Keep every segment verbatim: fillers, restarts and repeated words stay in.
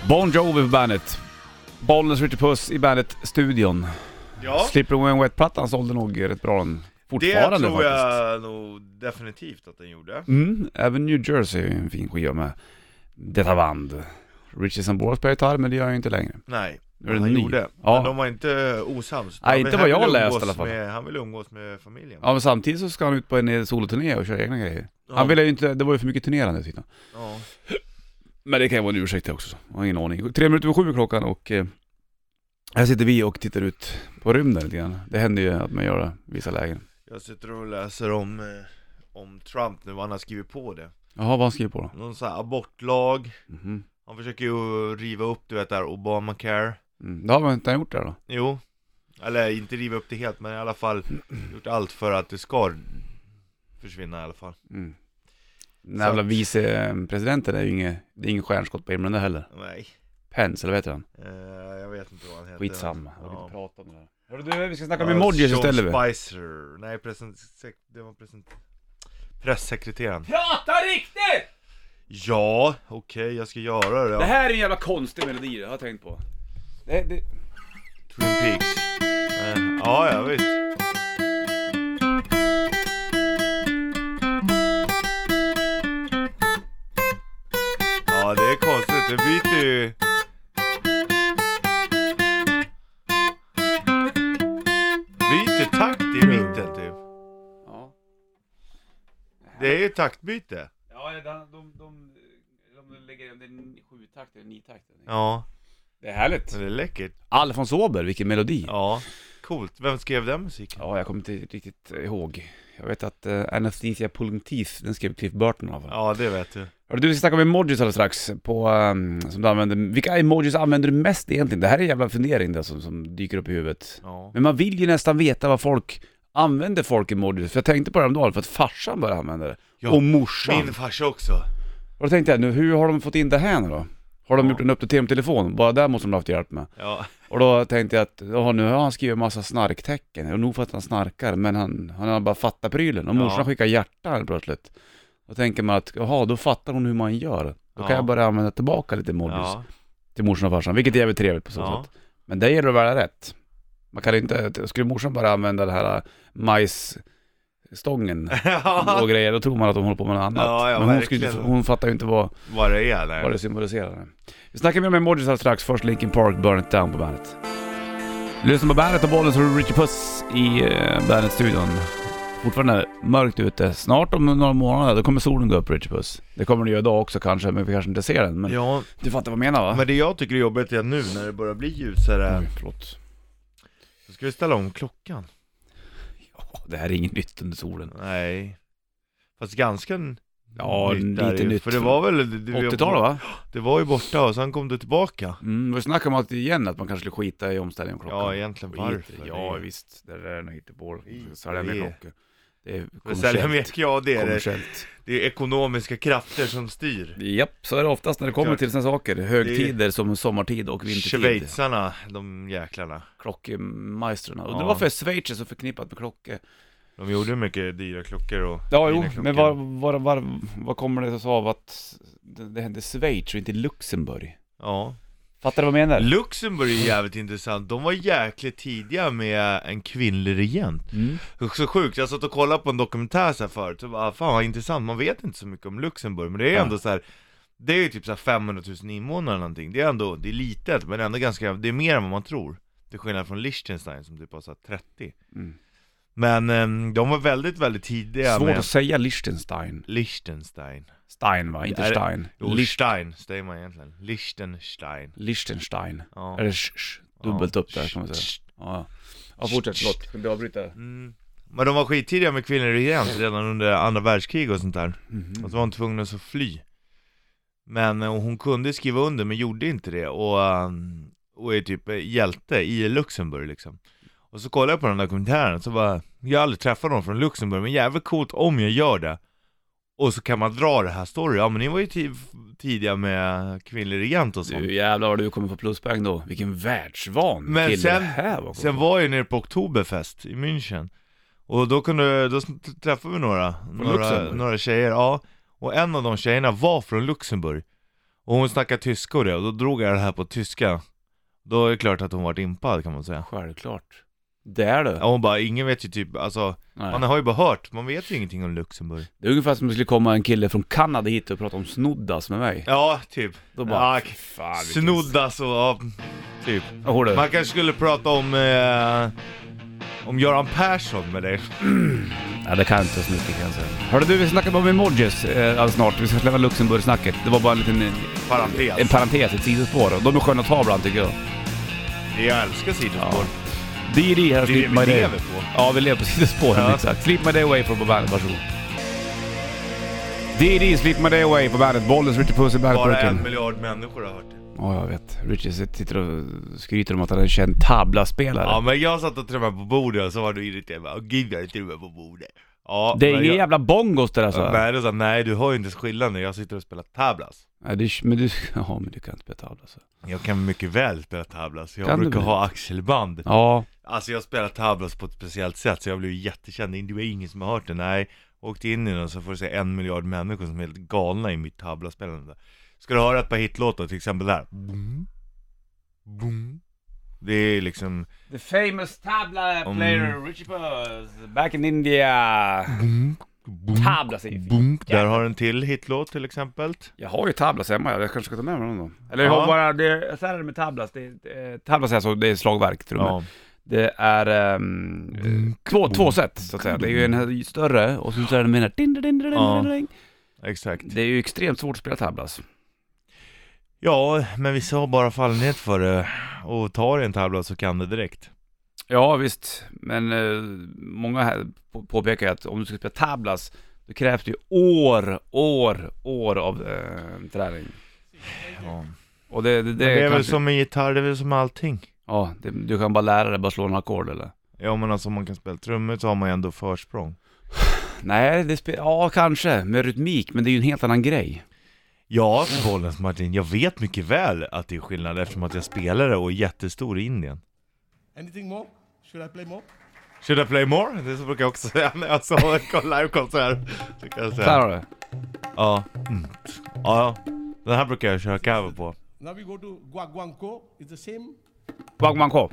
Bon Jovi på bandet. Bollnäs Richard Puss i bandet-studion. Ja. Slipper When Wet-plattan sålde nog rätt bra den. Fortfarande det tror faktiskt. jag nog definitivt att den gjorde. Mm, även New Jersey är en fin skiva med detta band. Richie Sambora spelar gitarr, men det gör jag inte längre. Nej, Är det han ny? gjorde. Ja. Men de var inte osams. Nej, Han inte vill- vad jag han vill läst umgås i alla fall. Med, han vill umgås med familjen. Ja, men samtidigt så ska han ut på en soloturné och köra egna grejer. Ja. Han ville ju inte, det var ju för mycket turnerande tyckte han. Ja. Men det kan ju vara en ursäkt också. Jag har ingen aning. Tre minuter över sju klockan och eh, här sitter vi och tittar ut på rymden lite grann. Det händer ju att man gör det i vissa lägen. Jag sitter och läser om, eh, om Trump nu, vad han har skrivit på det. Jaha, vad han skriver på då? Någon sån här abortlag. Mhm. Han försöker ju riva upp, du vet där, Obamacare. Mm. Det har man inte gjort det då. Jo. Eller inte riva upp det helt, men i alla fall gjort allt för att det ska försvinna i alla fall. Mm. Den jävla vicepresidenten är ju inget, det är ingen stjärnskott på himlen det heller. Nej. Pence, eller vet du han? Eh, jag vet inte vad han heter. Skitsamma, jag vill Ja. inte prata om det här. Hörru du, vi ska snacka om Ja, emojis Sean istället. Spicer. Nej, present, det var present, pressekreteraren. Prata riktigt! Ja, okej, jag ska göra det. Ja. Det här är en jävla konstig melodi, det har jag tänkt på. Det, det... Twin Peaks. Eh, ja, jag vet. Ja, det är konstigt. Det byter ju. Byter takt i mitten typ. Ja. Det är ju taktbyte. Ja, de, de, de, de lägger om det är sju takt eller nio takt. Ja, Det är härligt. men det är läckert. Alfons Åberg, vilken melodi. Ja, coolt. Vem skrev den musiken? Ja, jag kommer inte riktigt ihåg. Jag vet att uh, Anesthesia Pulling Teeth, den skrev Cliff Burton av. Ja, det vet du. Hörru, du, vi ska snacka om emojis alldeles strax på, um, som du använder. Vilka emojis använder du mest egentligen? Det här är en jävla fundering där som, som dyker upp i huvudet. Ja. Men man vill ju nästan veta vad folk använder folk emojis. För jag tänkte på det häromdagen för att farsan började använda det. Ja, och morsan. Min farsa också. Och då tänkte jag, nu, hur har de fått in det här nu då? Har de Ja. gjort en uppdatering på telefon? Bara där måste de ha haft hjälp med. Ja. Och då tänkte jag att, ja, nu har han skrivit en massa snarktecken. Och nog för att han snarkar, men han, han har bara fattat prylen. Och morsan Ja. skickar hjärtan plötsligt. Då tänker man att, jaha, då fattar hon hur man gör. Då kan Ja. jag börja använda tillbaka lite emojis Ja. till morsan och farsan. Vilket är jävligt trevligt på så Ja. sätt. Men det gäller att välja rätt. Man kan inte, skulle morsan bara använda det här majsstången och grejer, då tror man att de håller på med något annat. Ja, ja, men hon, skulle, verkligen. hon fattar ju inte vad, Vad det är där. vad det symboliserar. Vi snackar mer om emojis alldeles strax. Först Linkin Park, Burn It Down på bandet. Lyssna på bandet och bollen så har Richie Puss i uh, bandet-studion. Fortfarande mörkt ute. Snart om några månader, då kommer solen gå upp, Richie Puss. Det kommer det göra idag också kanske, men vi kanske inte ser den. Men Ja, du fattar vad jag menar, va? men det jag tycker är jobbigt är nu när det börjar bli ljusare. Oj, förlåt. Så ska vi ställa om klockan. Ja, det här är inget nytt under solen. Nej. Fast ganska n- Ja, nytt är lite ju. nytt. För det var väl det, det, åttiotalet, va? det var ju borta och sen kom det tillbaka. Mm, vi snackar om att igen att man kanske skulle skita i omställningen av klockan. Ja, egentligen Skit, varför? Ja, Det- visst. Det där är nog inte på. Skit, Sälja mer det är- klockor. Det är Men sälja mer, kommersiellt. ja det är det. kommersiellt. Det är ekonomiska krafter som styr. Japp, så är det oftast när det kommer Klart. till sådana saker. Högtider som sommartid och vintertid. Schweizarna, de jäklarna. Klockmajstrarna. Och Ja. det var för Schweiz är så förknippat med klockor. De gjorde mycket dyra klockor och Ja, jo, fina klockor. men var, var, var, vad kommer det sig av att det, det hände Schweiz och inte Luxemburg? Ja. Fattar du vad jag menar? Luxemburg är jävligt intressant. De var jäkligt tidiga med en kvinnlig regent. Mm. Så sjukt, jag satt och kollade på en dokumentär så här förut. Så bara, fan vad intressant, man vet inte så mycket om Luxemburg. Men det är Ja. ändå så här. Det är ju typ så här femhundratusen invånare eller någonting. Det är ändå, det är litet men ändå ganska, det är mer än vad man tror. Det är skillnad från Liechtenstein som typ har så här trettio. Mm. Men em, de var väldigt, väldigt tidiga Svårt med att säga Liechtenstein. Liechtenstein. Stein, va? Inte Ja, det- Stein. Jo, Lich- Stein, säger man egentligen. Liechtenstein. Liechtenstein. Ja. Eller sh, sh, dubbelt Ja. upp där kan man säga. Ja, ja fortsätt, förlåt. Kan du avbryta? Mm. Men de var skittidiga med kvinnlig regent redan under andra världskrig och sånt där. Mhm. Och så var hon tvungen att fly. Men och hon kunde skriva under men gjorde inte det. Och, um, och är typ hjälte i Luxemburg liksom. Och så kollade jag på den där dokumentären. Så bara, jag har aldrig träffat någon från Luxemburg. Men jävligt coolt om jag gör det. Och så kan man dra det här story. Ja men ni var ju tid, tidiga med kvinnlig regent och sånt. Du jävlar vad du kommer få pluspoäng då. Vilken världsvan Men kille sen- det här var. Sen var jag nere på Oktoberfest i München. Och då kunde, då träffade vi några, några, Luxemburg? några tjejer, ja. Och en av de tjejerna var från Luxemburg. Och hon snackar tyska och det, och då drog jag det här på tyska. Då är det klart att hon varit impad, kan man säga. Självklart. Det är det. Ja, hon bara, ingen vet ju typ, alltså, Nej. man har ju bara hört, man vet ju ingenting om Luxemburg. Det är ungefär som om det skulle komma en kille från Kanada hit och prata om snoddas med mig. Ja, typ. Då bara, Ja, fy fan, vilken- snoddas och, ja, typ. Ja, du. Man kanske skulle prata om, eh, om Göran Persson med dig. Ja, det kan inte så mycket kan jag säga. Hörde du, vi snackade om emojis eh, alldeles snart. Vi ska släppa Luxemburg-snacket. Det var bara en liten eh, Parentes. en parentes, ett sidospår. Och de är sköna att ta ibland tycker jag. Jag älskar sidospår. D D här, Det är Sleep det My vi Day. lever på. Ja, vi lever på sidospåren, Ja. exakt. Sleep My Day Away på bandet, varsågod. D D, Sleep My Day Away på bandet. Bollens Richie Puss i Bara en bandetburken. miljard människor har hört det. Ja, jag vet. Richie sitter och skryter om att han är en känd tablaspelare. Ja, men jag satt och trummade på bordet och så var du irriterad. Åh gud, jag trummar på bordet. Ja, Det är men ingen jag... jävla bongos där alltså. Nej, det är så, nej, du har ju inte skillnaden. Jag sitter och spelar tablas. Nej, det är, men du, ja, men du kan inte spela tabla alltså. Jag kan mycket väl spela tablas. Jag Kan du brukar väl? ha axelband. Ja, Alltså jag spelar tablas på ett speciellt sätt, så jag blev jättekänd. Det är ingen som har hört det. Nej, åkte in i den så får du se en miljard människor som är helt galna i mitt tablaspelande. Ska du höra ett par hitlåtar, till exempel där. Boom, boom. Det är liksom... the famous tabla Om- player Richie Puss, back in India. Boom, boom, Tabla säger vi. boom. Där har en till hitlåt till exempel. Jag har ju tablas hemma, jag kanske ska ta med mig någon då. Eller jag Ja. har bara, det, så här är det med tablas. Det, det, tablas är alltså, det är slagverk trummor. Ja. Det är um, två, två sätt så att säga. Det är ju en här större och så är det med den här ding, ding, ding, ding, Ja. ding. Exakt. Det är ju extremt svårt att spela tablas. Ja, men vissa har bara fallenhet för det. Och tar en tablas så kan det direkt. Ja visst, men eh, många här på- påpekar att om du ska spela tablas då krävs det ju år, år, år av eh, träning. Ja. Och det, det, det, Det är väl kanske- som med gitarr, det är väl som med allting. Ja, det, du kan bara lära dig bara slå en ackord eller? Ja, men alltså om man kan spela trummor så har man ju ändå försprång. Nej, det spe- ja kanske med rytmik, men det är ju en helt annan grej. Ja, Bollens Martin, jag vet mycket väl att det är skillnad eftersom att jag spelar det och är jättestor i Indien. Anything more? Should I play more? Should I play more? Det så brukar jag också säga när jag såg en livekonsert. Så kan jag Så här säga. har du. Ja. Mm. Ja, den här brukar jag köra cover på. Now we go to Guaguanco. It's the same. Bagmanko.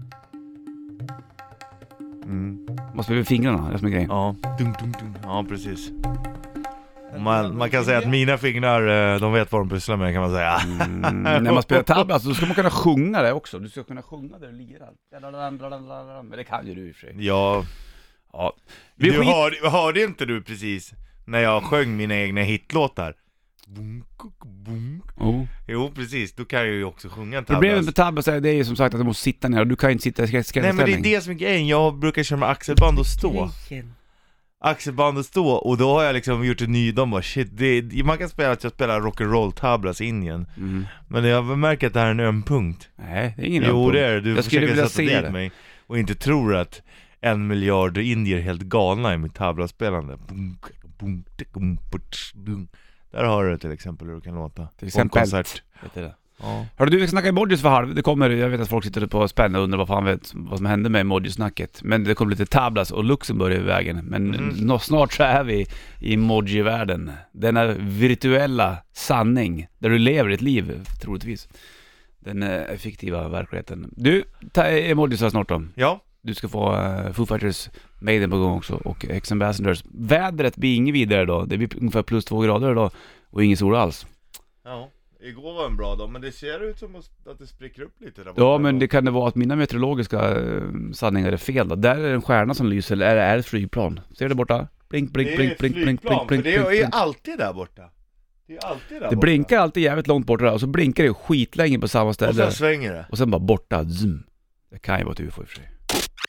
Mm. Måste spela med fingrarna, det är som är grejen. Ja. Dun, dun, dun. Ja, precis. Man, man kan säga att mina fingrar, eh, de vet vad de pysslar med, kan man säga. Mm, när man spelar tablas så ska man kunna sjunga det också. Du ska kunna sjunga där du lirar. Men det kan ju du i och för sig. Ja, Ja. Vi du skit... hörde, hörde inte du precis när jag sjöng mina egna hitlåtar? Boom, kuk, boom. Oh. Jo, precis, då kan jag ju också sjunga en Problemet tablas. med tablas är det är ju som sagt att du måste sitta ner och du kan ju inte sitta i Nej, men det är skräckställning. det som är grejen. Jag brukar köra med axelband och stå. Axelband och stå, och då har jag liksom gjort en ny, de bara shit, det, man kan spela att jag spelar rock'n'roll tablas i Indien. Mm. Men jag märker att det här är en öm punkt. Nej, det är ingen Jo, ömpunkt. det är det. Du Jag skulle försöker vilja sätta se dit det. mig och inte tror att en miljard indier är helt galna i mitt tablaspelande. Boom, boom, boom, boom. Där har du till exempel hur det kan låta. Till På en exempel. konsert. Vet du det? Ja. Hörru du, vi ska snacka emojis för halv. Det kommer, jag vet att folk sitter på spänn och undrar vad fan vet vad som hände med emojisnacket. Men det kommer lite tablas och Luxemburg i vägen. Men Mhm. nå- snart så är vi i emoji-världen. Denna virtuella sanning där du lever ditt liv, troligtvis. Den eh, fiktiva verkligheten. Du, ta emojis här snart då. Ja. Du ska få uh, Foo Fighters Maiden på gång också och Ex-Ambassadors. Vädret blir inget vidare då. Det blir ungefär plus två grader då och ingen sol alls. Ja. Igår var en bra dag, men det ser ut som att det spricker upp lite där borta. Ja, men det kan det vara att mina meteorologiska eh, sanningar är fel då. Där är en stjärna som lyser, eller är det är ett flygplan? Ser du det borta? Blink, blink, det är blink, ett blink, blink, flygplan, blink, blink, för det är blink, ju blink. alltid där borta. Det är alltid där Det borta. blinkar alltid jävligt långt borta där, och så blinkar det skitlänge på samma Och ställe. sen svänger det. Och sen bara borta, zoom. Det kan ju vara ett U F O i och för sig.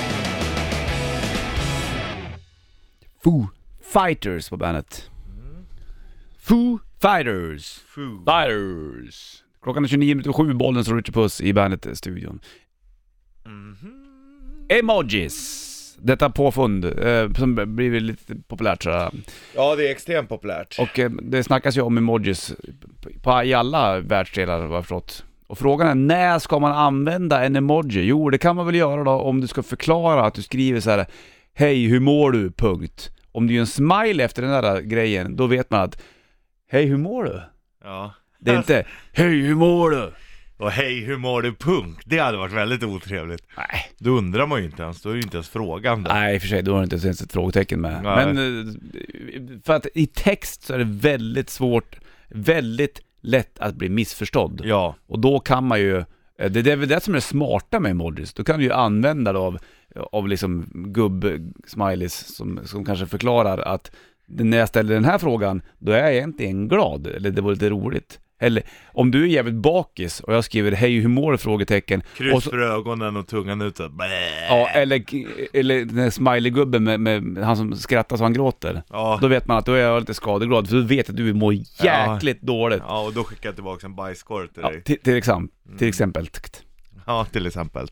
Foo Fighters på bandet. Foo Fighters. Foo. Fighters. Klockan är tjugonio minuter sju, bollen så Richie Puss i bandet-studion. Mhm. Emojis. Detta påfund eh, som blivit lite populärt tror jag. Ja, det är extremt populärt. Och eh, det snackas ju om emojis på, i alla världsdelar vad jag har förstått. Och frågan är, när ska man använda en emoji? Jo, det kan man väl göra då om du ska förklara att du skriver så här: hej, hur mår du? Punkt. Om du gör en smile efter den där grejen, då vet man att hej, hur mår du? Ja. Det är inte hej hur mår du? Och hej, hur mår du punk? Det hade varit väldigt otrevligt. Nej. Då undrar man ju inte ens, då är ju inte ens frågande. Nej, i och för sig, då har du inte ens ett frågetecken med. Nej. Men eh, för att i text så är det väldigt svårt, väldigt lätt att bli missförstådd. Ja. Och då kan man ju, det, det är väl det som är det smarta med emojis. Då kan du ju använda det av, av liksom gubb-smileys som, som kanske förklarar att när jag ställer den här frågan, då är jag egentligen glad. Eller det var lite roligt. Eller om du är jävligt bakis och jag skriver hej hur mår du? Frågetecken. Kryss Och så, för ögonen och tungan ut. ja, eller, eller den här smiley-gubben med, med han som skrattar så han gråter. Ja. Då vet man att då är jag lite skadeglad, för du vet att du mår jäkligt ja. dåligt. Ja, och då skickar jag tillbaka en bajskorv till Ja, dig. till, till, exempel, till exempel. Ja, till exempel.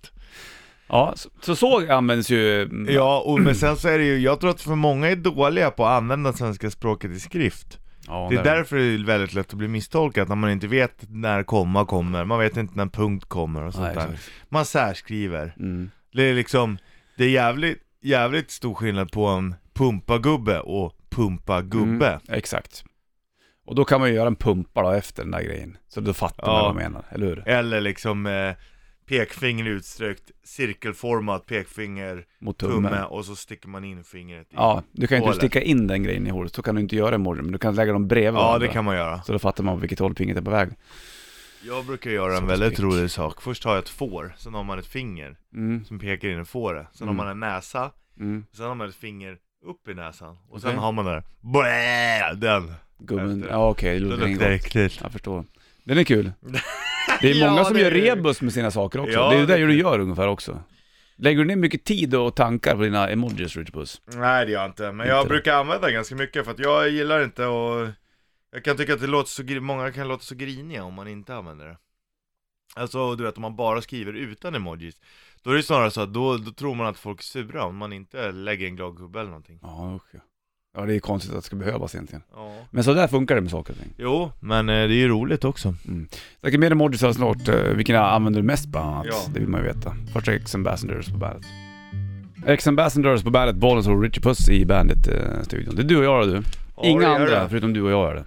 Ja, så, så så används ju. Ja, och men sen så är det ju, jag tror att för många är dåliga på att använda svenska språket i skrift. Ja, Det är därför det är väldigt lätt att bli misstolkat när man inte vet när komma kommer. Man vet inte när punkt kommer och sånt Nej, där. exakt. Man särskriver. Mm. Det är liksom, det är jävligt, jävligt stor skillnad på en pumpagubbe och pumpagubbe. Mm, exakt. Och då kan man ju göra en pumpa då efter den där grejen. Så då fattar man Ja. vad man menar, eller hur? Eller liksom eh, pekfinger utsträckt, cirkelformat pekfinger, Mot tummen. tumme, och så sticker man in fingret i. Ja, du kan ju inte hålet. sticka in den grejen i hålet. Så kan du inte göra emojin, men du kan lägga dem bredvid Ja, varandra. det kan man göra. Så då fattar man vilket håll fingret är på väg. Jag brukar göra en Så väldigt stick. rolig sak. Först har jag ett får, sen har man ett finger Mm. som pekar in i fåret. Sen Mm. har man en näsa, Mm. sen har man ett finger upp i näsan. Och Okej. sen har man där, blä, den. Gubben, Efter. ja okej, det Det låter luktar inget gott. äckligt. Jag förstår. Den är kul. Det är många Ja, som det gör är- rebus med sina saker också. Ja, det är ju det det- du gör ungefär också. Lägger du ner mycket tid och tankar på dina emojis, Richard Puss? Nej, det gör jag inte. Men Inte jag det. brukar använda ganska mycket för att jag gillar inte och jag kan tycka att det låter så gr- många kan låta så griniga om man inte använder det. Alltså, du vet, om man bara skriver utan emojis, då är det snarare så att då, då tror man att folk är sura om man inte lägger en glad gubbe eller någonting. Ja, okej. Ja, det är konstigt att det ska behövas egentligen. Ja. Men så där funkar det med saker och ting. Jo, men eh, det är ju roligt också. Säkert mer emojis har snart. Uh, vilken använder du mest bland annat? Ja. Det vill man ju veta. Först är X-Ambassadors på bandet. X-Ambassadors på bandet, Bollens och Richard Puss i bandet-studion. Det är du och jag, du. Ja, Inga det gör andra, det. förutom du och jag gör det.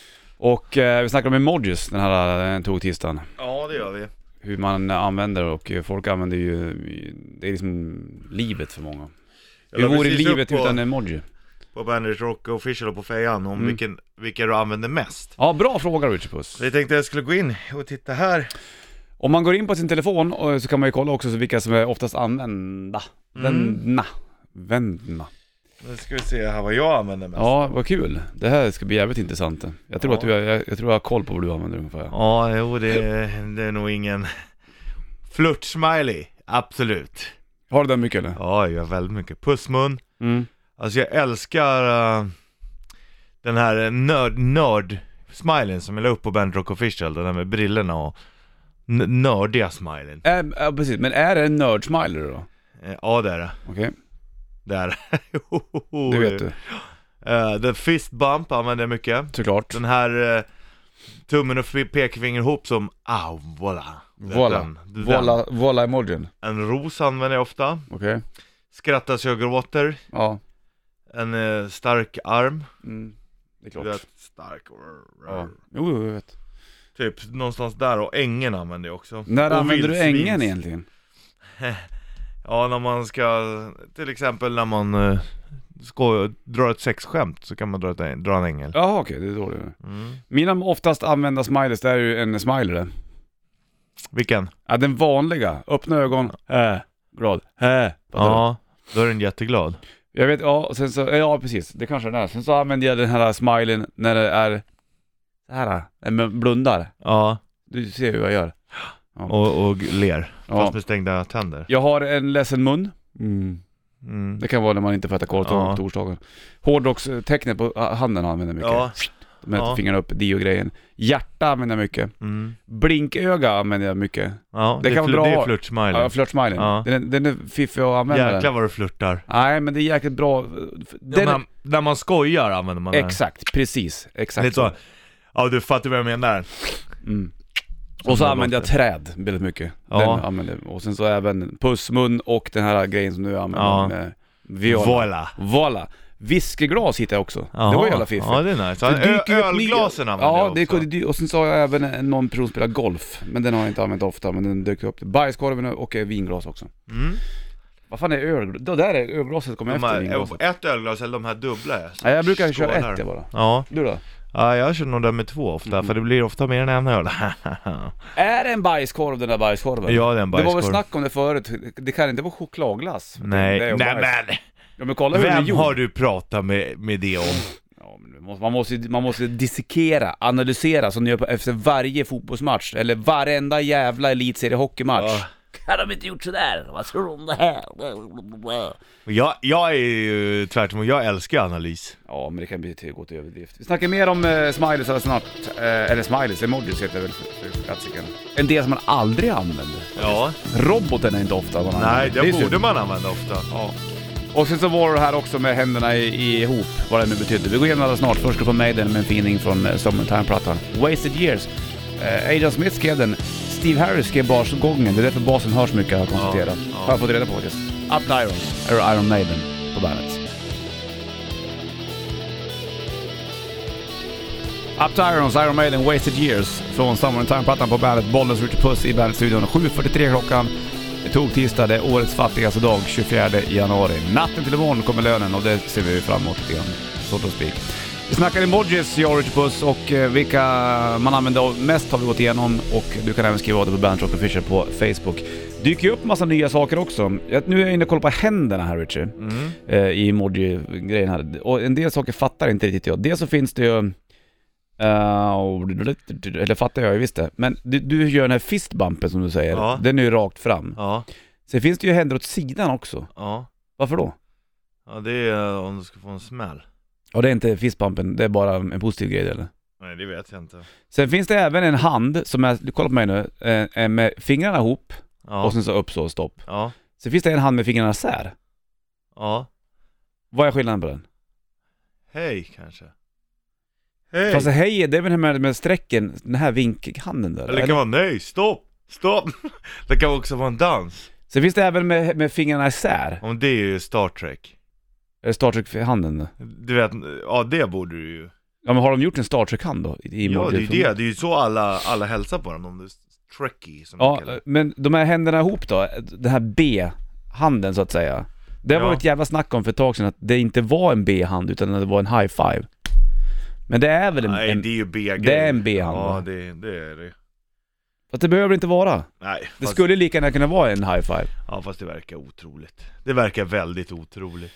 Och uh, vi snackar om emojis den här uh, tog-tisdagen. Ja, det gör vi. Hur man använder, och uh, folk använder ju, det är liksom livet för många. Jag Hur la vore precis livet upp på, utan emoji? på Bandit Rock Official och på Fejan om Mm. vilken, vilka du använder mest. Ja, bra fråga, Richard Puss. Så jag tänkte jag skulle gå in och titta här. Om man går in på sin telefon och så kan man ju kolla också så vilka som är oftast använda. Mm. Vända. Vända. Nu ska vi se här vad jag använder mest. Ja, vad kul. Det här ska bli jävligt intressant. Jag tror Ja. att du har, jag, jag tror jag har koll på vad du använder ungefär. Ja, jo, det är, det är nog ingen flört-smiley. Absolut. Har du den mycket eller? Ja, jag gör väldigt mycket. Pussmun. Mm. Alltså jag älskar uh, den här nörd, nörd-smileyn som jag la upp på Bandit Rock Official. Den där med brillorna och n- nördiga smileyn. Äh, ja, precis. Men är det en nörd-smiler då? Eh, Ja, det är det. Okej, Det är det. det vet du. Uh, the fist bump använder jag mycket. Såklart. Den här uh, tummen och pekfinger ihop som au, voila. Voila. Den, den. Voila, voila emojin. En ros använder jag ofta. Okej. Skrattar så jag gråter. Ja. En uh, stark arm. Mm. Det är Du klart. vet, stark. Ja. Jo, jo, jag vet. Typ någonstans där, och ängen använder jag också. När och använder du vildsvins. ängen egentligen? Ja, när man ska, till exempel när man uh, ska dra ett sexskämt så kan man dra, ett, dra en ängel. Jaha, okej, det är då det. Mm. Mina oftast använda smileys, det är ju en smiley det. Vilken? Ja, den vanliga. Öppna ögon. Äh, glad. Äh. Ja, då är den jätteglad. Jag vet, ja, och sen så, ja precis, det kanske den är. Sen så använder jag den här smileyn när det är så här, när man blundar. Ja, Du ser hur jag gör. Ja. och, och ler. Ja. Fast med stängda tänder. Jag har en ledsen mun. Mm. Mm. Det kan vara när man inte får äta korv Ja. på torsdagen. Hårdrockstecknet på handen använder mycket. Ja. Med Ja. fingrarna upp, Dio-grejen. Hjärta använder jag mycket. Mm. Blinköga använder jag mycket. Ja, Det det, kan är, vara fl- det bra. är flört-smiley. Ja, flört-smileyn. Ja. Den, är- den är fiffig att använda. Jäklar Den. vad du flörtar. Nej, men det är jäkligt bra. Den, när, när man skojar använder man den. exakt, precis. Exakt Lite så. Ja, du fattar vad jag menar. Mm. Som Och så det använder jag låter. träd väldigt mycket. Ja. Den använder jag. Och sen så även pussmun och den här grejen som du använder Ja. med viola. Voila. Voila. Whiskyglas hittade jag också. Aha. Det var jävla fiffigt. Ja, det är nice. Så det Ö- dyker upp ölglasen nya- använder Ja, jag det också. är, det, och sen så har jag även en- någon person spelar golf. Men den har jag inte använt ofta, men den dök upp. Bajskorven och eh, vinglas också. Mm. Vad fan är öl? Det där är ölglaset kommer De efter här, vinglaset. ett ölglas eller de här dubbla är. Nej, jag brukar köra Skålar. ett det bara. Ja. Du då? Ja, jag kör nog där med två ofta, Mm. för det blir ofta mer än en öl. Är det en bajskorv den där bajskorven? Ja, det är en Det var väl bajskorv. snack om det förut. Det kan inte vara chokladglass. Nej, Det är ju nej bajs. men! Ja, men kolla hur den är Vem gjord. har du pratat med, med det om? Ja, men man måste, man, måste, man måste dissekera, analysera som ni gör på, efter varje fotbollsmatch. Eller varenda jävla elitseriehockeymatch. Ja. Har de inte gjort sådär? Vad tror du om det här? Och Jag, jag är ju tvärtom, jag älskar analys. Ja, men det kan bli till gå till överdrift. Vi snackar mer om eh, smileys alldeles snart. Eh, eller smileys, emojis heter det väl för, för klassikerna. En del som man aldrig använder. Ja. Roboten är inte ofta man Nej, använder. det är borde synd. man använda ofta. Ja. Och sen så var det här också med händerna i, i ihop, vad det nu betyder. Vi går igenom det snart. Först ska på Maiden med en fining från uh, Summertime-plattan. Wasted Years. Uh, Adrian Smith skrev den. Steve Harris skrev basgången. Det är därför basen hörs mycket, har jag konstaterat. Ja, ja. Har jag fått reda på faktiskt. Up to Iron, eller Iron Maiden på bandet. Up to Irons, Iron Maiden, Wasted Years från Summertime-plattan på bandet. Bollens Richard Puss i Bandet-studion. sju fyrtiotre klockan. Det tog tisdag, det är årets fattigaste dag, tjugofjärde januari. Natten till imorgon kommer lönen och det ser vi fram emot lite grann. Så to speak. Vi snackar emojis, jag och Richard Puss, och eh, vilka man använder mest har vi gått igenom, och du kan även skriva av det på Bandit Rock Official på Facebook. Dyker ju upp massa nya saker också. Jag, nu är jag inne och kollar på händerna här, Richard. Mm. Eh, I emoji-grejen här. Och en del saker fattar inte riktigt jag. Dels så finns det ju... Uh, eller fattar jag ju visst det. Men du, du gör den här fistbumpen som du säger. Ja. Den är ju rakt fram. Ja. Sen finns det ju händer åt sidan också. Ja. Varför då? Ja, det är om du ska få en smäll. Och det är inte fistbumpen, det är bara en positiv grej eller? Nej, det vet jag inte. Sen finns det även en hand som är, du kollar på mig nu, eh, med fingrarna ihop Ja. och sen så upp så, stopp. Ja. Sen finns det en hand med fingrarna sär. Ja. Vad är skillnaden på den? Hej kanske. Hej. Fast hej, det är väl med, med strecken, den här vinkhanden där. Eller det kan vara nej, stopp, stopp. Det kan också vara en dans. Sen finns det även med, med fingrarna isär. Om det är ju Star Trek. Är det Star Trek-handen då? Du vet, ja det borde du ju. Ja, men har de gjort en Star Trek-hand då? I, i Ja, det är ju emoji? det. Det är ju så alla, alla hälsar på dem. Om det är Trekkie som Ja, de kallar det. men de här händerna ihop då, den här B-handen så att säga. Det var Ja. ett jävla snack om för ett tag sedan att det inte var en B-hand utan att det var en high five. Men det är väl en... Nej, en det är ju B-grej. det är en B-hand, Ja, va? det, det är det. Fast det behöver inte vara. Nej, Det fast, skulle lika gärna kunna vara en high five. ja, fast det verkar otroligt. Det verkar väldigt otroligt.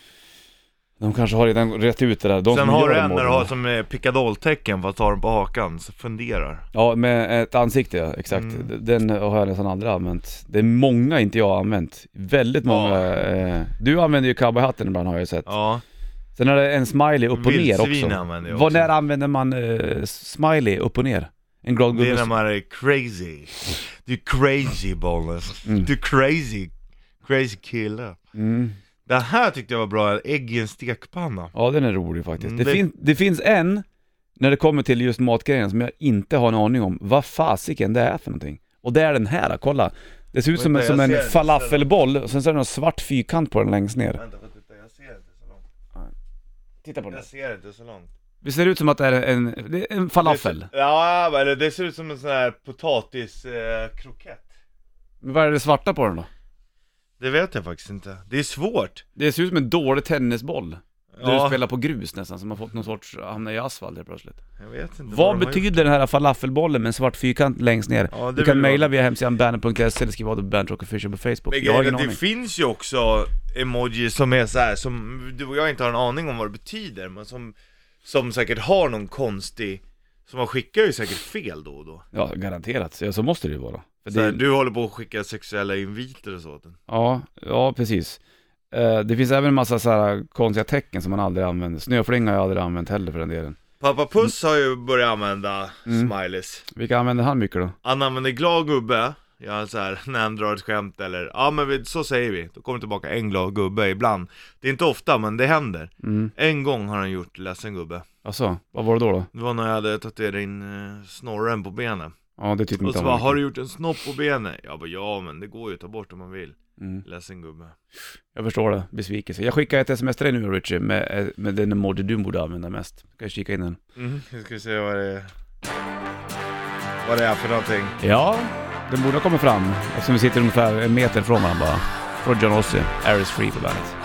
De kanske har redan rätt ut det där. De Sen som har gör du de en när du orden. har som eh, pickadolltecken fast har den på hakan, så funderar. Ja, med ett ansikte, ja, exakt. Mm. Den har jag nästan aldrig använt. Det är många inte jag har använt. Väldigt många. Ja. Eh, du använder ju cowboyhatten ibland har jag ju sett. Ja, Sen är det en smiley upp och ner Vildsvin också. använder jag Vad också. när använder man eh, smiley upp och ner? En glad det är gubbe. när man är crazy. Du är crazy, Bollnäs. Mm. Du är crazy. Crazy kille. Mm. Det här tyckte jag var bra, ägg i en stekpanna. Ja, den är rolig faktiskt. Mm, det, det- fin- det finns en, när det kommer till just matgrejen, som jag inte har en aning om vad fasiken det är för någonting. Och det är den här, kolla. Det ser ut som, Vänta, som jag en ser inte. falafelboll, och sen så är det någon svart fyrkant på den längst ner. Vänta, vänta, jag ser inte så långt. Titta på den. Jag ser inte så långt. Det ser ut som att det är en, det är en falafel. Det ser, ja, eller det ser ut som en sån här potatiskrokett. Eh, krokett. Men vad är det svarta på den då? Det vet jag faktiskt inte. Det är svårt. Det ser ut som en dålig tennisboll. Där Ja. du spelar på grus nästan, som har fått någon sorts, hamna i asfalt helt plötsligt. Jag vet inte Vad de har betyder den här falafelbollen med en svart fyrkant längst ner? Ja, det Du kan vill mejla jag. via hemsidan bandet punkt se eller skriva av det på Bandit Rock Official på Facebook. Men Jag har grejen ingen är, det aning. finns ju också emoji som är så här, som du och jag inte har en aning om vad det betyder, men som, som säkert har någon konstig, som man skickar ju säkert fel då och då. Ja, garanterat. Ja, så måste det ju vara. För Så här, det, du håller på att skicka sexuella inviter och så. ja, ja, precis. Eh, det finns även en massa så här konstiga tecken som man aldrig använder. Snöflinga har jag aldrig använt heller för den delen. Pappa Puss har ju börjat använda Mm. smileys. Vilka använder han mycket då? Han använder glad gubbe. Ja, så här, när han drar ett skämt eller, ja men vi, så säger vi. Då kommer tillbaka en glad gubbe ibland. Det är inte ofta, men det händer. Mm. En gång har han gjort ledsen gubbe. Alltså, vad var det då då? Det var när jag hade tatuerat in eh, snorren på benen. Ja, det tyckte Och inte så han bara, var har du mycket. gjort en snopp på benet? Jag bara, ja men det går ju att ta bort om man vill. Mm. Ledsen gubbe. Jag förstår det, besvikelse. Jag skickar ett sms till dig nu, Richie, med, med den emoji du borde använda mest. Ska jag kika in den? Mm, jag ska se vad det är. Vad det är för någonting. Ja, den borde ha kommit fram. Eftersom vi sitter ungefär en meter från varandra bara. Från John Ossie, Air is free på bandet.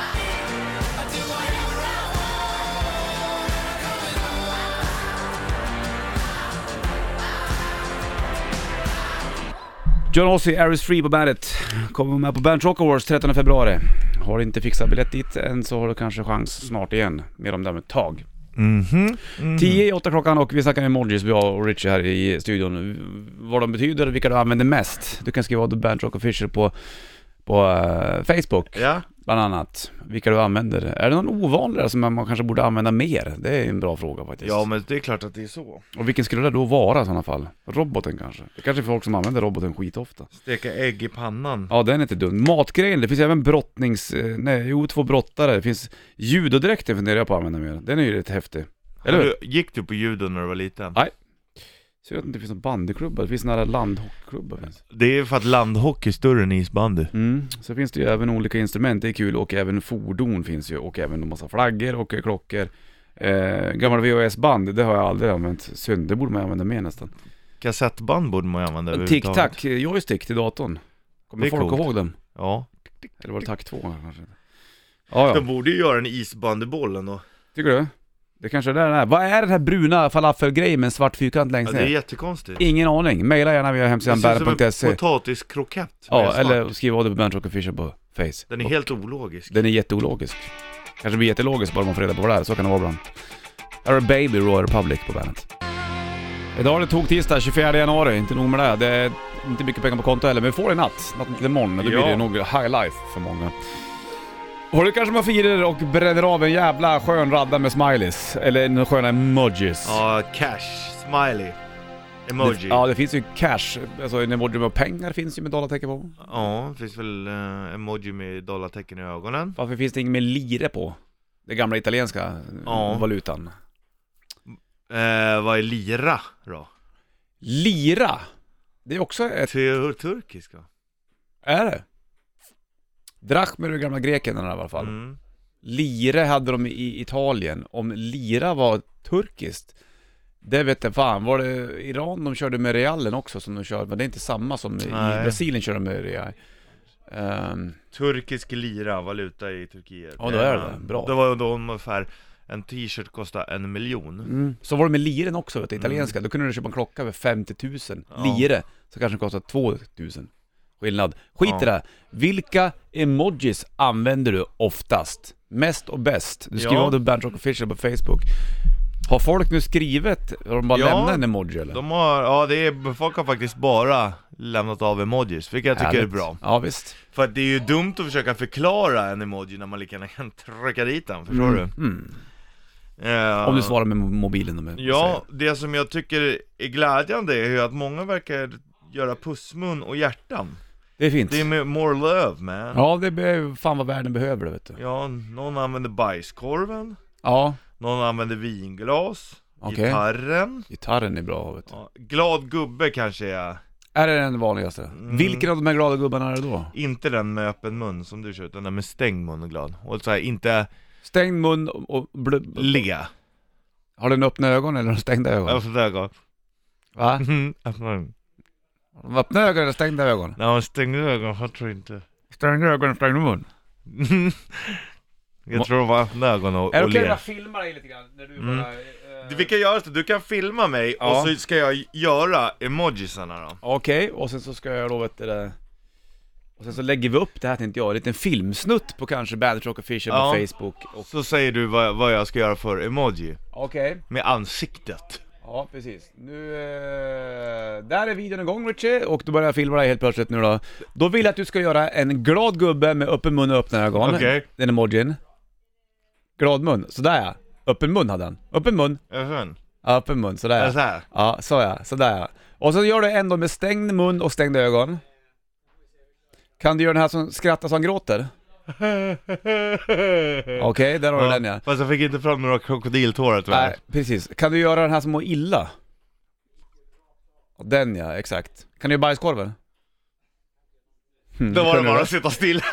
John Ossie, Air is free på bandet. Kommer med på Band Rock Awards trettonde februari. Har du inte fixat biljett dit än så har du kanske chans snart igen. Mer om det med ett tag. Mhm. Mm. tio i åtta klockan och vi snackar emojis, jag och Richie här i studion. Vad de betyder och vilka du använder mest. Du kan skriva The Band Rock Official på, på uh, Facebook. Ja. Bland annat. Vilka du använder. Är det någon ovanligare som man kanske borde använda mer? Det är en bra fråga faktiskt. Ja, men det är klart att det är så. Och vilken skulle det då vara i sådana fall? Roboten kanske? Det kanske är folk som använder roboten skitofta. Steka ägg i pannan. Ja, den är inte dum. Matgrejen, det finns även brottnings... Nej, jo, två brottare. Det finns judodräkter funderar jag på att använda mer. Den är ju rätt häftig. Eller hur? Du, gick du på judo när du var liten? Nej. Så jag vet inte, det finns någon bandyklubbar. Det finns några landhockeyklubbar. Det är för att landhockey är större än isbandy. Mm. Så finns det ju även olika instrument, det är kul. Och även fordon finns ju. Och även en massa flaggor och klockor. Eh, gamla V H S-band, det har jag aldrig använt. Synd, det borde man använda mer nästan. Kassettband borde man använda överhuvudtaget. Tic-tac, joystick till datorn. Kommer Det är folk coolt. ihåg dem? Ja. Eller var det tack två kanske? Ja, ja. De borde ju göra en isbandybollen då. Tycker du? Det kanske är där den är. Vad är den här bruna falafelgrejen med en svart fyrkant längst Ja, det är ner? jättekonstigt. Ingen aning. Maila gärna via hemsidan Det ser ut band som punkt se. en potatiskrokett. med Ja, svart. eller skriv av det på Band Rock Official på Face. Den är helt ologisk. Den är jätteologisk. Kanske blir jättelogisk bara man får reda på vad det är. Så kan det vara ibland. Här är Baby Royal Republic på bandet. Idag är det tog tisdag tjugofjärde januari. Inte nog med det. Det är inte mycket pengar på konto heller. Men vi får det i natt. Natten till imorgon. Då blir Ja. det nog high life för många. Och det kanske man firar och bränner av en jävla skön radda med smileys. Eller en sköna emojis. Ja, cash, smiley, emoji. Det, ja, det finns ju cash. Alltså en emoji med pengar finns ju med dollartecken på. Ja, det finns väl uh, emoji med dollartecken i ögonen. Varför finns det inget med lire på? Det gamla italienska Ja. valutan. Eh, vad är lira då? Lira? Det är också ett... Tur- turkiska. Är det? Drachmer är gamla grekerna i alla fall. Mm. Lire hade de i Italien. Om lira var turkiskt, det vet jag fan. Var det Iran de körde med realen också som de körde? Men det är inte samma som i Nej. Brasilien körde med real. Um, Turkisk lira, valuta i Turkiet. Ja, då är det. Bra. Det var då ungefär en t-shirt kostade en miljon. mm. Så var det med liren också, vet du, italienska. Då kunde du köpa en klocka för femtio tusen. Ja. Lire, så kanske det kostar två tusen. Skillnad. Skit i Ja. det. Vilka emojis använder du oftast? Mest och bäst? Du skriver Ja. av det Band Rock Official på Facebook. Har folk nu skrivit? Har de bara Ja, lämnat en emoji eller? De har, ja det är, folk har faktiskt bara lämnat av emojis, vilket jag tycker Härligt. är bra. Ja, visst. För att det är ju dumt att försöka förklara en emoji när man lika gärna kan trycka dit den, förstår Mm. du? Mm. Eh, Om du svarar med mobilen och med, Ja, det som jag tycker är glädjande är ju att många verkar göra pussmun och hjärtan. det är fint. Det är med more love, man. Ja, det är fan vad världen behöver det, vet du. Ja, någon använder bajskorven, Ja, någon använder vinglas, Okej. gitarren. gitarren är bra, vet du. Ja, glad gubbe kanske är Är det den vanligaste? Mm. Vilken av de här glada gubbarna är det då? inte den med öppen mun som du kör, utan den med stängd mun och glad. Och så här, inte Stängd mun och bl- ligga. Har den öppna ögon eller stängda ögon? Öppna ögon. Va? Öppna ögon. Har de öppna ögon eller stängda ögon? Nej, men stängda ögon, jag tror inte. Stängda ögon och stängda mun. Jag tror det var öppna ögon och, Är det och okej le. att jag filmar dig lite grann? När du Mm. bara... Du, vi kan göra det, du kan filma mig Ja. och så ska jag göra emojisarna då. Okej, och sen så ska jag då, vet du det... Och sen så lägger vi upp det här, tänkte jag, en liten filmsnutt på kanske Band Rock Official Ja. på Facebook. Och... Så säger du vad, vad jag ska göra för emoji. Okej. Med ansiktet. Ja, precis. Nu, eh, där är videon igång, Richie, och då börjar jag filma dig helt plötsligt nu då. Då vill jag att du ska göra en glad gubbe med öppen mun och öppna ögon. Okej. Den emojin. Glad mun, sådär ja. Öppen mun hade han. Öppen mun. Är det så? Ja, öppen mun, sådär Är det ja. så här? Ja, så ja, sådär ja. Och så gör du ändå med stängd mun och stängda ögon. Kan du göra den här som skrattar så han gråter? Okej, där har du den ja. Fast jag fick inte fram några krokodiltårar tyvärr. Nej, precis. Kan du göra den här som mår illa? Den ja, exakt. Kan du göra bajskorven? Mm, Då var det kunde bara du att sitta still.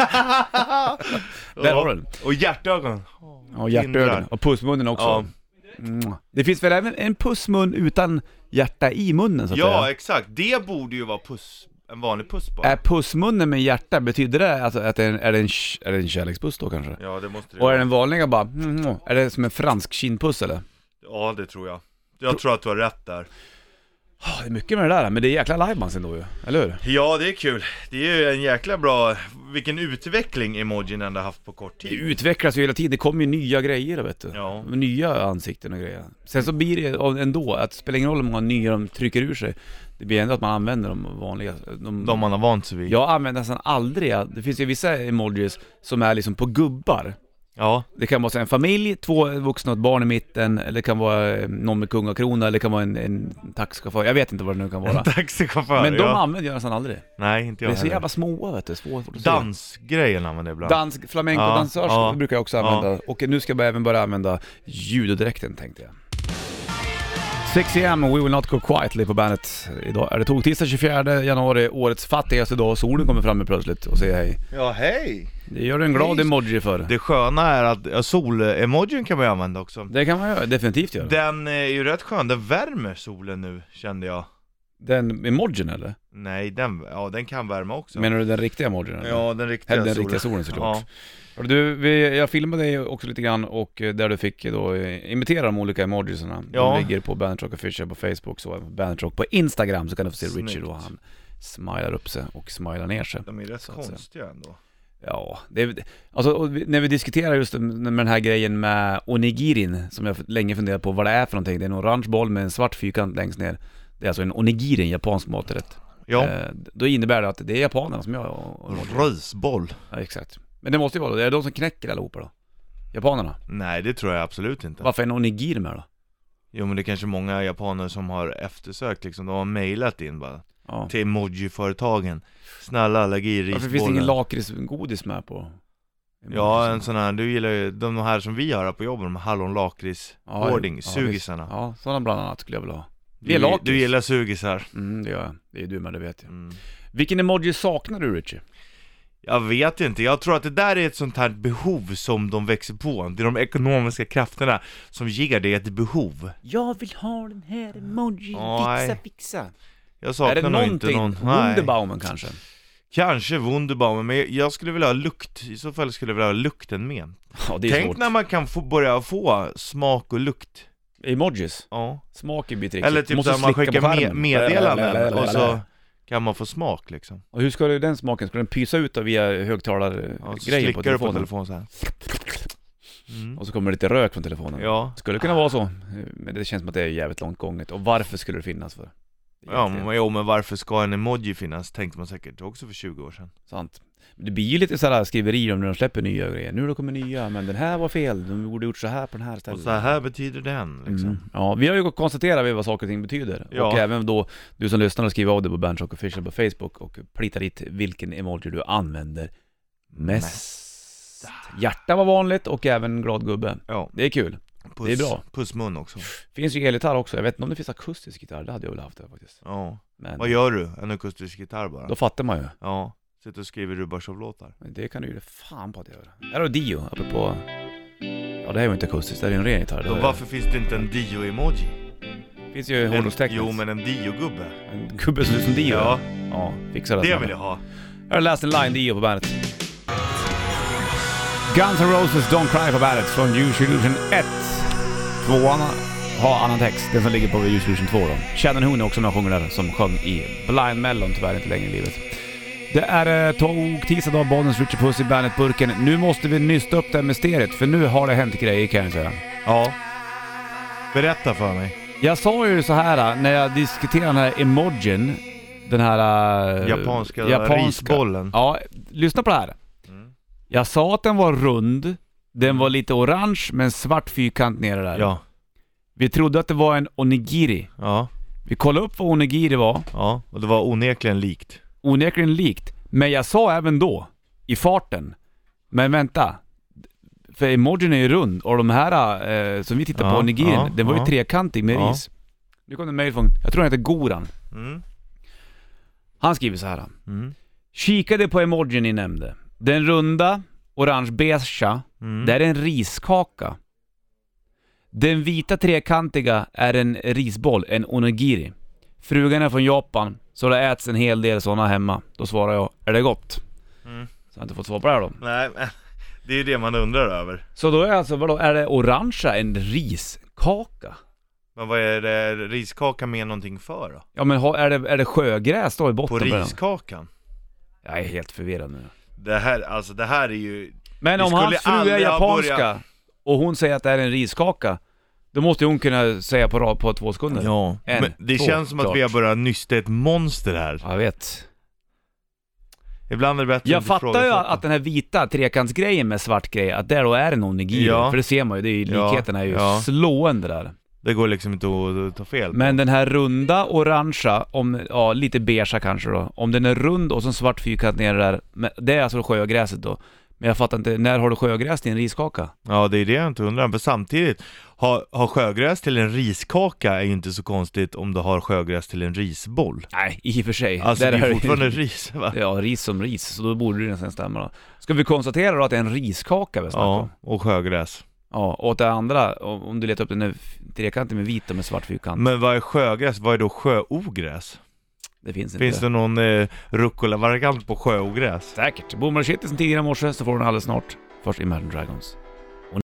Där har du den. Och hjärtögon. Och hjärtögon. Och pussmunnen också. Ja. Mm. Det finns väl även en pussmun utan hjärta i munnen så att Ja, säga. exakt. Det borde ju vara puss, en vanlig puss bara. Är pussmunnen med hjärta, betyder det alltså att det är en, är det en, är det en kärlekspuss då kanske? Ja, det måste det Och är vara. den vanliga bara, mm, är det som en fransk kindpuss eller? Ja, det tror jag. Jag tror att du har rätt där. Oh, det är mycket med det där, men det är jäkla livebands ändå ju, eller hur? Ja, det är kul. Det är ju en jäkla bra, vilken utveckling emojin ändå haft på kort Det tid. utvecklas ju hela tiden, det kommer ju nya grejer vet du. Ja. Nya ansikten och grejer. Sen så blir det ändå, att det spelar ingen roll hur många nya de trycker ur sig. Det blir ändå att man använder de vanliga. De, De man har vant sig vid. Jag använder nästan aldrig, det finns ju vissa emojis som är liksom på gubbar. Ja. Det kan vara så en familj, två vuxna och ett barn i mitten, eller det kan vara eh, någon med kungakrona, eller det kan vara en, en taxichaufför, jag vet inte vad det nu kan vara. Taxichaufför, Men de ja. använder jag nästan aldrig. Nej, inte jag Det är så heller. jävla små vet du, svårt att se. Dansgrejen använder jag ibland. Dans, flamenco-dansörs Ja, ja. brukar jag också Ja. använda. Och nu ska jag även börja använda ljudodräkten tänkte jag. sex a m och We Will Not Go Quietly på bandet. Idag är det tog tisdag tjugofjärde januari, årets fattigaste dag. Solen kommer fram plötsligt och säger hej. Ja, hej! Det gör en glad Hej. emoji för. Det sköna är att ja, sol-emojin kan man ju använda också. Det kan man göra, definitivt göra. Den är ju rätt skön, den värmer solen nu, kände jag. Den emojin eller? Nej, den, ja, den kan värma också. Menar du den riktiga emojin eller? Ja, den riktiga Eller den solen. riktiga solen såklart. Ja. Hörru Du, vi, jag filmade dig också lite grann och eh, där du fick eh, då eh, imitera de olika emojisarna. Ja. De ligger på Bandit Rock Official på Facebook, så även på Bandit Rock på Instagram, så kan du få se Snyggt. Richie då han smilar upp sig och smilar ner sig. De är rätt Så att säga. konstiga ändå. Ja, det är, alltså och vi- när vi diskuterar just med den här grejen med onigirin, som jag länge funderat på vad det är för någonting. Det är en orange boll med en svart fyrkant längst ner. Det är alltså en onigiri, en japansk maträtt. Ja, Eh, då innebär det att det är japanerna som gör och, och, risboll. ja, exakt. Men det måste ju vara det, är det de som knäcker allihopa då? Japanerna? Nej, det tror jag absolut inte. Varför är en onigiri med då? Jo, men det är kanske många japaner som har eftersökt liksom, de har mailat in bara Ja. till emoji-företagen. Snälla, lägg i risbollen. Varför finns det ingen lakritsgodis med på? Ja, en sån här, du gillar ju de här som vi har här på jobbet, de hallon lakrits Ja, hoarding, ja, sugisarna. visst. Ja, sådana bland annat skulle jag vilja ha. Det är Du, lakrits. du gillar sugisar. Mm, det gör jag. Det är du med, det vet jag. Mm. Vilken emoji saknar du, Richie? Jag vet inte, jag tror att det där är ett sånt här behov som de växer på. Det är de ekonomiska krafterna som ger det ett behov. Jag vill ha den här emoji, Nej. fixa, fixa. Jag Är saknar det nog inte någonting? någon. Nej. Wunderbaumen kanske? Kanske Wunderbaum, men jag skulle vilja ha lukt. I så fall skulle jag vilja ha lukten med. Ja, det är Tänk svårt. när man kan få börja få smak och lukt. Emojis? Ja. Smaken blir trixigt. Eller Du typ måste där man slicka skickar på med, skärmen. meddelanden och så kan man få smak liksom. Och hur ska du den smaken? Ska den pysa ut då via Ja, så högtalargrejen slickar på du telefonen? på telefonen så här. Mm. Och så kommer det lite rök från telefonen. Ja. Skulle kunna vara så. Men det känns som att det är jävligt långt gånget. Och varför skulle det finnas för? Det är Ja, egentligen men, jo, men varför ska en emoji finnas? Tänkte man säkert också för tjugo år sedan. sant. Men det blir ju lite sådär skriverier om när de släpper nya grejer. Nu har det kommit nya, men den här var fel. De borde gjort så här på den här Och stället. så här betyder den liksom. Mm. Ja, vi har ju konstaterat vad saker och ting betyder. Ja. Och även då, du som lyssnar och skriver av det på Bandit Rock Official på Facebook och plitar dit vilken emoji du använder mest. Hjärta var vanligt och även glad gubbe. Ja, Det är kul. puss, Det är bra. Pussmun också. Finns ju elgitarr också. Jag vet inte om det finns akustisk gitarr. Det hade jag väl haft det faktiskt. Ja. Men Vad gör du? En akustisk gitarr bara? då fattar man ju. Ja. Sitter och skriver Rubashov-låtar. Men det kan du ju det fan på att göra. Här har du Dio, apropå... Ja, det här är ju inte akustiskt. Det är ju en ren gitarr. Det Då är- varför finns det inte en Dio-emoji? finns ju En- hårdrockstecknet. Jo, men en Dio-gubbe. En gubbe som ser ut som Dio. Ja, Ja, fixar det. det vill jag ha. Jag har läst en line Dio på bandet. Guns N' Roses Don't Cry på bandet från Use Illusion ett. Tvåan har annan text, den som ligger på Use Illusion två då. Shannon Hoon är också med och sjunger där, som sjöng i Blind Melon, tyvärr inte längre i livet. Det är eh, tog tisdag dag, Bollnäs Richie Puss i Bandet-burken. Nu måste vi nysta upp det här mysteriet, för nu har det hänt grejer kan jag säga. Ja. Berätta för mig. Jag sa ju så här när jag diskuterade den här emojin, den här... eh, Japanska, risbollen. Ja, lyssna på det här. Mm. Jag sa att den var rund, den var lite orange med en svart fyrkant nere där. Ja. Vi trodde att det var en onigiri. Ja. Vi kollade upp vad onigiri var, Ja. Och det var onekligen likt. onekligen likt. Men jag sa även då, i farten, men vänta, för emojin är ju rund och de här eh, som vi tittar Ja, på, onigirin, ja, den var ju ja. trekantig med Ja. ris. Nu kom det en mail från, jag tror han heter Goran. Mm. Han skriver så här. Mm. Kikade på emojin ni nämnde. Den runda, orange-beigea, Mm. det är en riskaka. Den vita trekantiga är en risboll, en onigiri. Frugan är från Japan, så det äts en hel del sådana hemma. Då svarar jag, är det gott? Mm. Så jag har inte fått svar på det här då. Nej, men det är ju det man undrar över. Så då är alltså, vadå, är det orangea en riskaka? Men vad är det riskaka med någonting för då? Ja men ha, är, det, är det sjögräs då i botten? På den? riskakan? Jag är helt förvirrad nu. Det här, alltså det här är ju... Men Vi om skulle hans fru är aldrig ha japanska börjat- och hon säger att det är en riskaka, då måste hon kunna säga på rad på två sekunder. Ja, En, men det två, känns som att klart. vi har börjat nysta ett monster här. Ja, jag vet. Ibland är det bättre Jag att fattar ju ifrågasätta. att den här vita trekantsgrejen med svart grej, att där då är det någon onigiri. Ja. För det ser man ju, det är ju, Ja, likheten är ju ja. slående där. Det går liksom inte att, att ta fel på. Men den här runda, orangea, om, ja lite beigea kanske då. Om den är rund och så en svart fyrkant nere där, men det är alltså sjögräset då. Men jag fattar inte, när har du sjögräs till en riskaka? Ja, det är det jag inte undrar. För samtidigt, ha, ha sjögräs till en riskaka är ju inte så konstigt om du har sjögräs till en risboll. Nej, i och för sig. Alltså Där det är är fortfarande ris, va? Ja, ris som ris, så då borde det nästan stämma då. Ska vi konstatera då att det är en riskaka vi snackar om? Ja, och sjögräs. Ja, och att det andra, om om du letar upp den där trekanten med vit och med svart fyrkant, Men vad är sjögräs? Vad är då sjöogräs? det finns inte. Finns det någon eh, rucola-variant på sjöogräs? Säkert. Bommar shit sen tidigare i morse, så får den alldeles snart. Först Imagine Dragons.